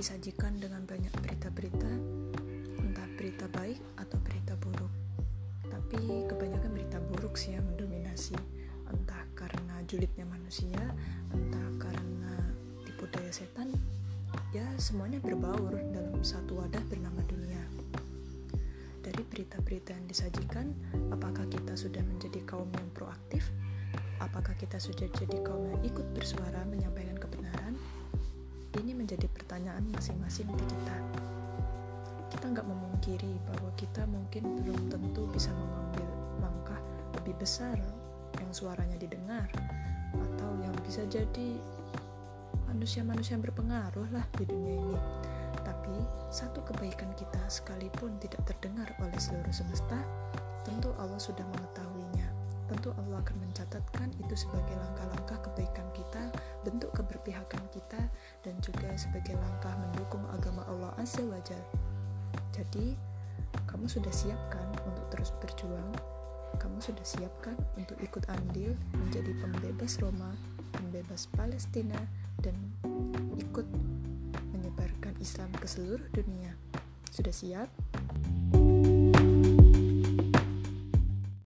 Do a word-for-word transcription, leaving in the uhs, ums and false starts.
disajikan dengan banyak berita-berita, entah berita baik atau berita buruk. Tapi kebanyakan berita buruk sih yang mendominasi, entah karena julidnya manusia, entah karena tipu daya setan. Ya, semuanya berbaur dalam satu wadah bernama dunia. Dari berita-berita yang disajikan, apakah kita sudah menjadi kaum yang proaktif? Apakah kita sudah jadi kaum yang ikut bersuara menyampaikan kebenaran? Ini menjadi pertanyaan masing-masing di kita. Kita nggak memungkiri bahwa kita mungkin belum tentu bisa mengambil langkah lebih besar yang suaranya didengar, atau yang bisa jadi manusia-manusia yang berpengaruh lah di dunia ini. Tapi satu kebaikan kita sekalipun tidak terdengar oleh seluruh semesta, tentu Allah sudah mengetahuinya. Tentu Allah akan mencatatkan itu sebagai langkah-langkah kebaikan kita, bentuk keberpihakan kita, dan juga sebagai langkah mendukung agama Allah Azza wa Jalla. Jadi, kamu sudah siapkan untuk terus berjuang? Kamu sudah siapkan untuk ikut andil menjadi pembebas Roma, pembebas Palestina, dan ikut menyebarkan Islam ke seluruh dunia? Sudah siap?